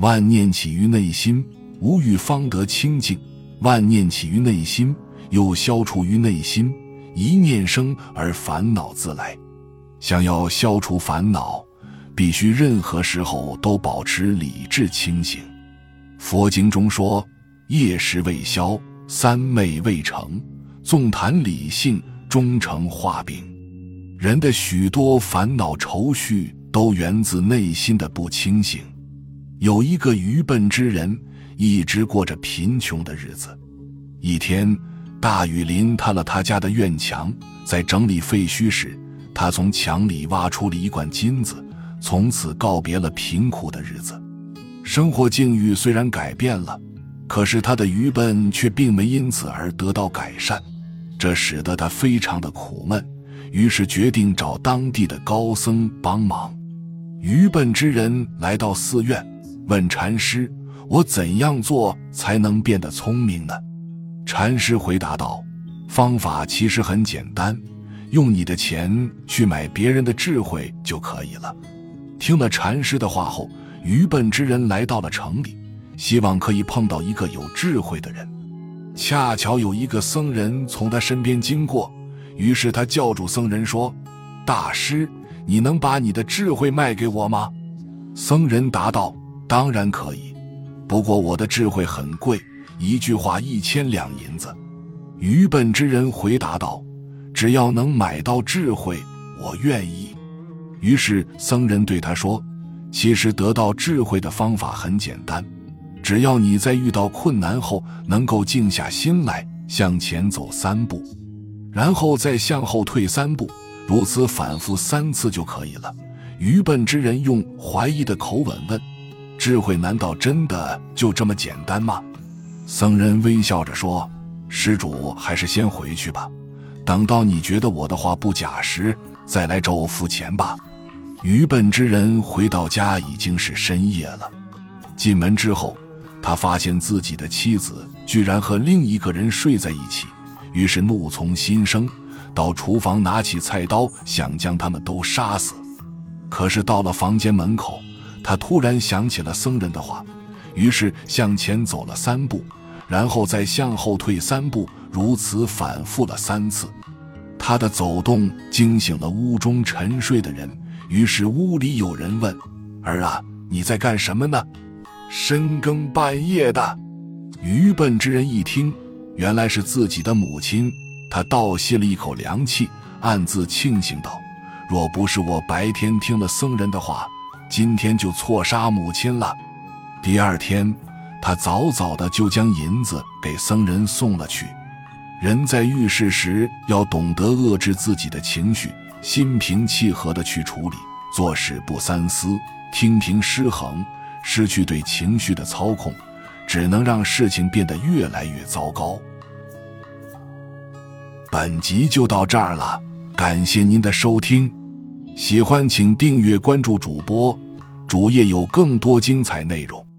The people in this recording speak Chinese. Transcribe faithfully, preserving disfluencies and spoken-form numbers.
万念起于内心，无欲方得清净；万念起于内心，又消除于内心，一念生而烦恼自来。想要消除烦恼，必须任何时候都保持理智清醒。佛经中说，业识未消，三昧未成，纵谈理性，终成画饼。人的许多烦恼愁绪都源自内心的不清醒。有一个愚笨之人，一直过着贫穷的日子。一天，大雨淋塌了他家的院墙，在整理废墟时，他从墙里挖出了一罐金子，从此告别了贫苦的日子。生活境遇虽然改变了，可是他的愚笨却并没因此而得到改善，这使得他非常的苦闷，于是决定找当地的高僧帮忙。愚笨之人来到寺院，问禅师，我怎样做才能变得聪明呢？禅师回答道，方法其实很简单，用你的钱去买别人的智慧就可以了。听了禅师的话后，愚笨之人来到了城里，希望可以碰到一个有智慧的人。恰巧有一个僧人从他身边经过，于是他叫住僧人说，大师，你能把你的智慧卖给我吗？僧人答道，当然可以，不过我的智慧很贵，一句话一千两银子。愚笨之人回答道，只要能买到智慧，我愿意。于是僧人对他说，其实得到智慧的方法很简单，只要你在遇到困难后能够静下心来，向前走三步，然后再向后退三步，如此反复三次就可以了。愚笨之人用怀疑的口吻问，智慧难道真的就这么简单吗？僧人微笑着说，施主还是先回去吧，等到你觉得我的话不假时，再来找我付钱吧。愚笨之人回到家已经是深夜了，进门之后，他发现自己的妻子居然和另一个人睡在一起，于是怒从心生，到厨房拿起菜刀，想将他们都杀死。可是到了房间门口，他突然想起了僧人的话，于是向前走了三步，然后再向后退三步，如此反复了三次。他的走动惊醒了屋中沉睡的人，于是屋里有人问，儿啊，你在干什么呢？深更半夜的。愚笨之人一听，原来是自己的母亲，他倒吸了一口凉气，暗自庆幸道，若不是我白天听了僧人的话，今天就错杀母亲了。第二天，他早早的就将银子给僧人送了去。人在遇事时要懂得遏制自己的情绪，心平气和地去处理，做事不三思，听凭失衡，失去对情绪的操控，只能让事情变得越来越糟糕。本集就到这儿了，感谢您的收听，喜欢请订阅关注主播，主页有更多精彩内容。